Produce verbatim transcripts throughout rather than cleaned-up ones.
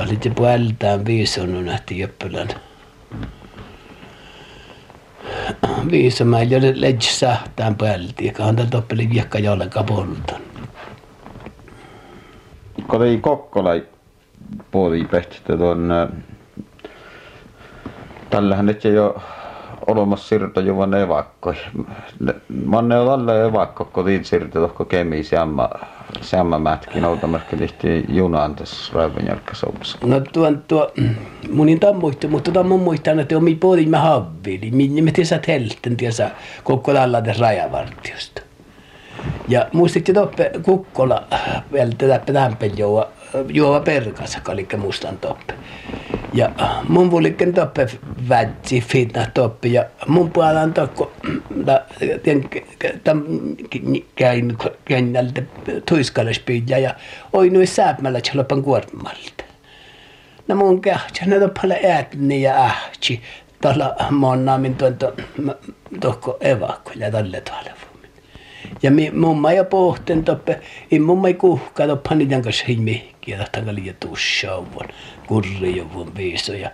Tahlit puoltaan viisonnut nähti joppelän. Viisa ei ole ledjä tämän puoltiin, eikä hän toppeli viekka jollekaan poltan. Kun ei Kokkolai puoli pehtitä tuon, tällähän nyt ei ole olemassa siirto juvan evakkoi. Manne on tällä evakko, kun tiin siirto tohko kemiin samma, samma mätkin outamarkki lihti junaan tässä Raivanjärkkäsoupassa. No tuon tuo, munin tämän muista, mutta tämän mun muistan, että on mi puoli mä havvili, minne me tiesä helten tiesä Kokkolalla tässä rajavartiosta. Ja muistit toppe Kukkola vielä tätä tämpen juova, juova perkassa, eli mustan toppe. Ja mun puolikin toppe vätsi fitna toppe ja mun puolan tokko käin kennältä tuiskalaispidja ja oi noin sääpmällä tjolopan kuormalta. No mun kähtsä, ne toppale äätni ja ähtsi. Tällä monnaamin tuon tohko evakko ja tälle tuolle. Ja mumma ja pohten toppe, ei mumma ei kuhkaa toppa niiden kanssa ei mihkiä, tahtanka liian tussauvan, kurrijuvan viisoja.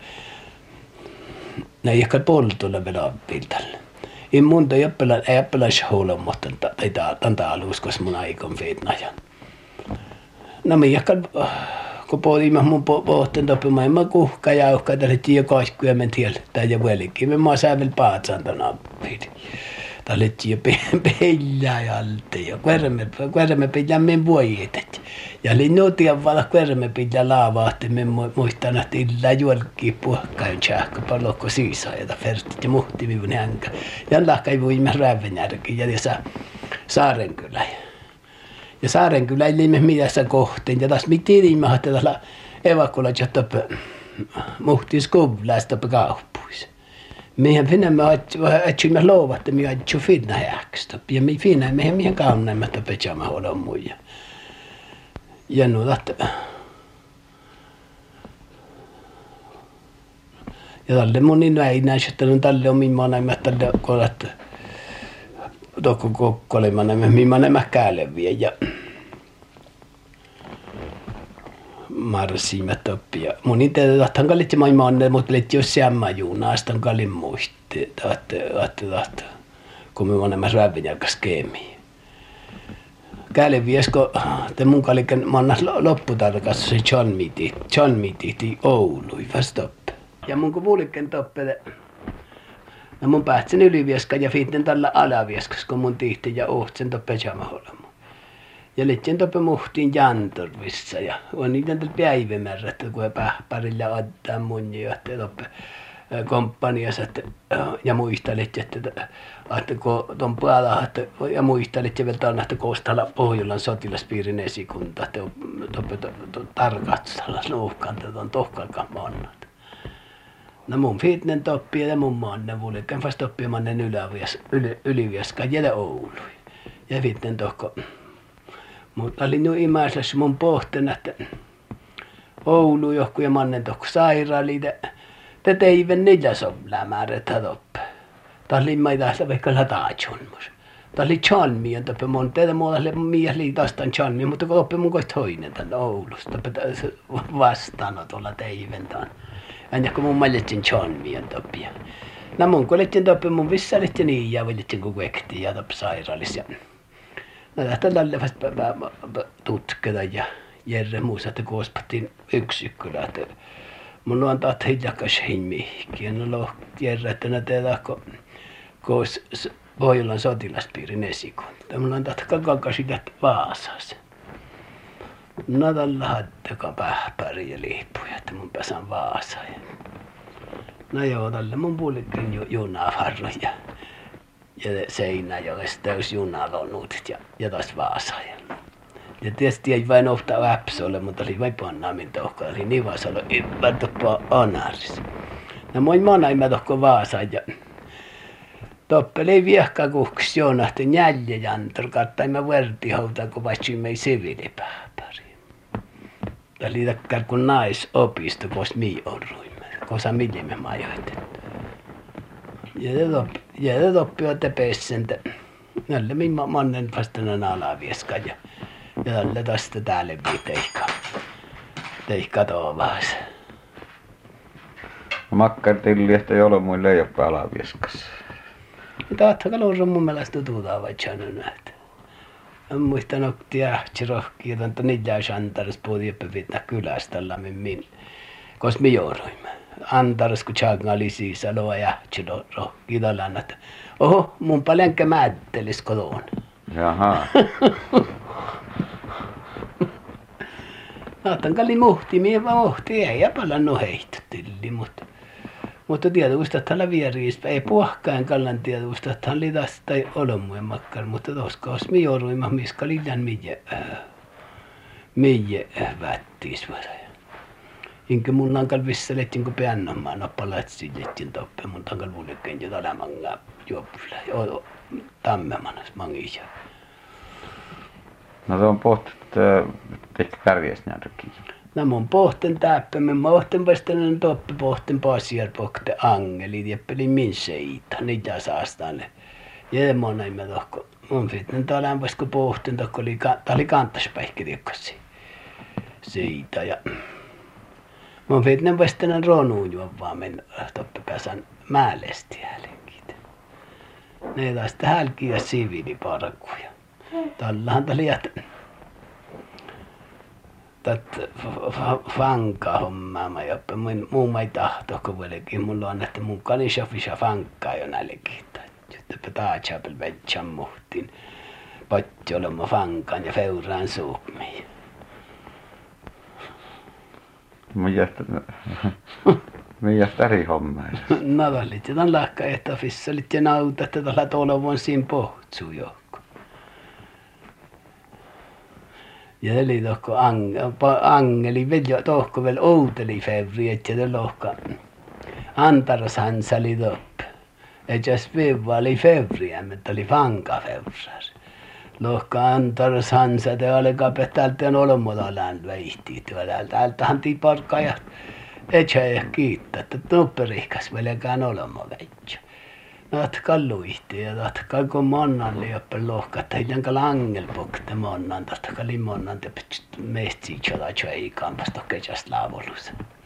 Ne ei ehkä poltolla vielä appiiltalle. Ei monta jäppälä, ei jäppäläis huolella, mutta ei tanta alus, koska mun aikon viitnajan. No me ehkä, kun pohtimme mun pohten toppe, mä en mä kuhkaa ja uhkaa, että oli jo kaiskuja men tieltä ja velikin. Me mä sää vielä paatsaan tämän appiin. Tallettiin jo pellää ja alta ja kuorme pellää men voitet. Ja oli nuotia vala kuorme pellää laavahti, men muistan, että illa juolkii puhkain tjahka palokko siisaa, jota fertit ja muhti minun hänkä. Ja lahkai voimme Rävenjärki ja tässä Saarenkylä. Ja Saarenkylä ei liimme midässä kohteen. Ja taas mitään liimme, että tällä evakulla jotta muhtiin skuvlaista kauppuissa. Mehän finnamme etsimme luovatta, me etsimme finna häkstä. Ja me finnamme, mehän mehän kaunnaemme, että petsaamme huolon muija. Ja no, että... Ja tälle mun niin väinäis, että no tälle on mimma näemme, että tälle on, että... Tokko kokkolema näemme, mimma näemme kääleviä ja... Marssimme toppia. Mun itse tahtan kallitsi maailmanne, mutta letti jos sämmä juunaa, sitten kallin muisti, tahti, tahti, tahti, kun me olemme Rävenjärkäs keemiin. Kääle viesko, te mun kalliken mannas lopputarkas se John Miti, John Miti Oului vasta toppe. Ja mun kun puolikken toppe, no mun päätsen ylivieska ja fiitten tällä alavieskas, kun mun tihti ja ohtsen toppe jamaholla. Ja lehtien toppe muhtiin Jantorvissa ja on niitä päivämäärättä, kun he pähpärillä ottaa mun ja toppe komppaniassa ja muistelit, että, että kun tuon puolella ja muistelit ja vielä tuonne, että Koostalla Pohjolan sotilaspiirin esikunta, että toppe tarkastella nuuhkaan tuon tohkalkaan monnat. No mun fitnen toppia ja mun mannen vuolikan vasta toppia mannen ylivieskaan ja Oului. Ja fitnen tohko. Mutta oli nyt imäisessä mun pohtena, että Oulu johku ja mannen tohko sairaaliita. Tätä ei vielä niillä sovlämäärätä toppe. Tämä oli maita vaikka lataatsunmus. Tämä oli Chalmien toppe mun. Tätä muuta oli mies liitastaan Chalmien, mutta kun toppe mun koit toinen tänne Oulusta. Vastaanotolla teiventaan. Aina kun mun maletsin Chalmien toppia. No mun kun letsin toppe mun vissalit ja niin ja valitsin kun vektiin ja toppe sairaalissa. No tästä tälle vasta tutkata ja Jerre muussa, että koospattiin yksikkylä. Mun on taat hiljakas himmikin. No Jerre, että ne tehdään koos Pohjolan sotilaspiirin esikunta. Mun on taat kakakasit Vaasassa. No tällä hattakaan pähpäri ja liippuja, että mun pääsän Vaasaan. No joo, tällä mun puolikin ju, junavarro ja, ja Seinäjoesta täys junalonut ja, ja taas Vaasaan. Ja tietysti ei vain ohtaa Väpsolle, mutta oli vain Pannaamin tohko, eli Nivasalo ympärtöpää Anaris. No moi manaimme tohko Vaasaan ja toppeli viehka kuhks joonahti njälje jantor, kattaimme vertihouta, kun vaitsimme ei siviilipähpäri. Eli takkar kun naisopisto, kos mii orruimme, kosa millimme majoitettu. Ja te toppi olette pessentä. Näille minä mannen vastanan alavieskan ja, ja tälle tästä täällä viiteikka. Tei katoavais. Makkartilli, että ei ole muille ei ole alavieskas. Tahto kalus on mun mielestä tututaan vaikka näitä. En muista nokti ähtsi rohkia, että niitä olisi antaris puhuti pitää kylästä tällä min. Kos me jouduimme. Antaris kun tjaakaan oli sisällä ja ähtsi rohkia tällä että oho, mun paljonkä määttelis kotona. Jaha. Naattan kalli muhti, mie vaan muhti, ei ja palannut heittotilli, mutta mutta tietysti, että tällä vieriistä ei puhkaan kallan tietysti, että hän litas tai olmujen makkar, mutta toska olisi me jouduimme, missä liian mie, mie vättiis varoja. Inkä mun nankal visselettiin, kun peännamaan nappalaat sillettiin toppe, mun tankal vuodekkeen jo talemanga juopusla, joo, tammemanas mangisia. No se on pohti, että tehty kärjesnärkiin. No mun pohten täppämme, mä ohten vastainen toppe pohten pasiar pohte angelit ja peli min seita, niitä saastalle. Ja mä näin mä tohko, mun fitnen täällä vasko pohten tohko oli, tää oli kantaspäihki tiukkasi seita ja mun fitnen vastainen ronuun juon vaan mennä toppe pääsän määlesti häälekit. Ne taas hälkiä siviiliparkuja. Täällähän tää liät Tät fanka hommaa mä joppe, mun ei tahto, kun vieläkin mulla on, että mun kalishofissa fankaa jo nälkiin. Jotta taatsaapel vetsän muhtiin, potti olemme fankan ja feuraan suumiin. Mitäs eri hommaa? No välit, ja tämän lahka ehtofissalit ja nauta, että tällä tuolla voin siinä pohtsuu joukko. Ja eli tohko angeli vielä tohko vielä outeli fevri, että se lohka antaras hansali toppe. Että jos viiva oli fevriä, mutta oli vanka fevras. Lohka antaras hansa, te alkaa täältä on olmoda lään väihtii tuolla. Täältähän tii parkkaa ja et sä ei kiittää, että tupperihkas velkään olmo väitsä. Natkaa luihti ja natkaa kun monnan liippä lohka, että hiljänkä langelpokte monnan, tästä kalli monnan, te meistä siitsota tjöikaan, vasta kesästä laavolussa.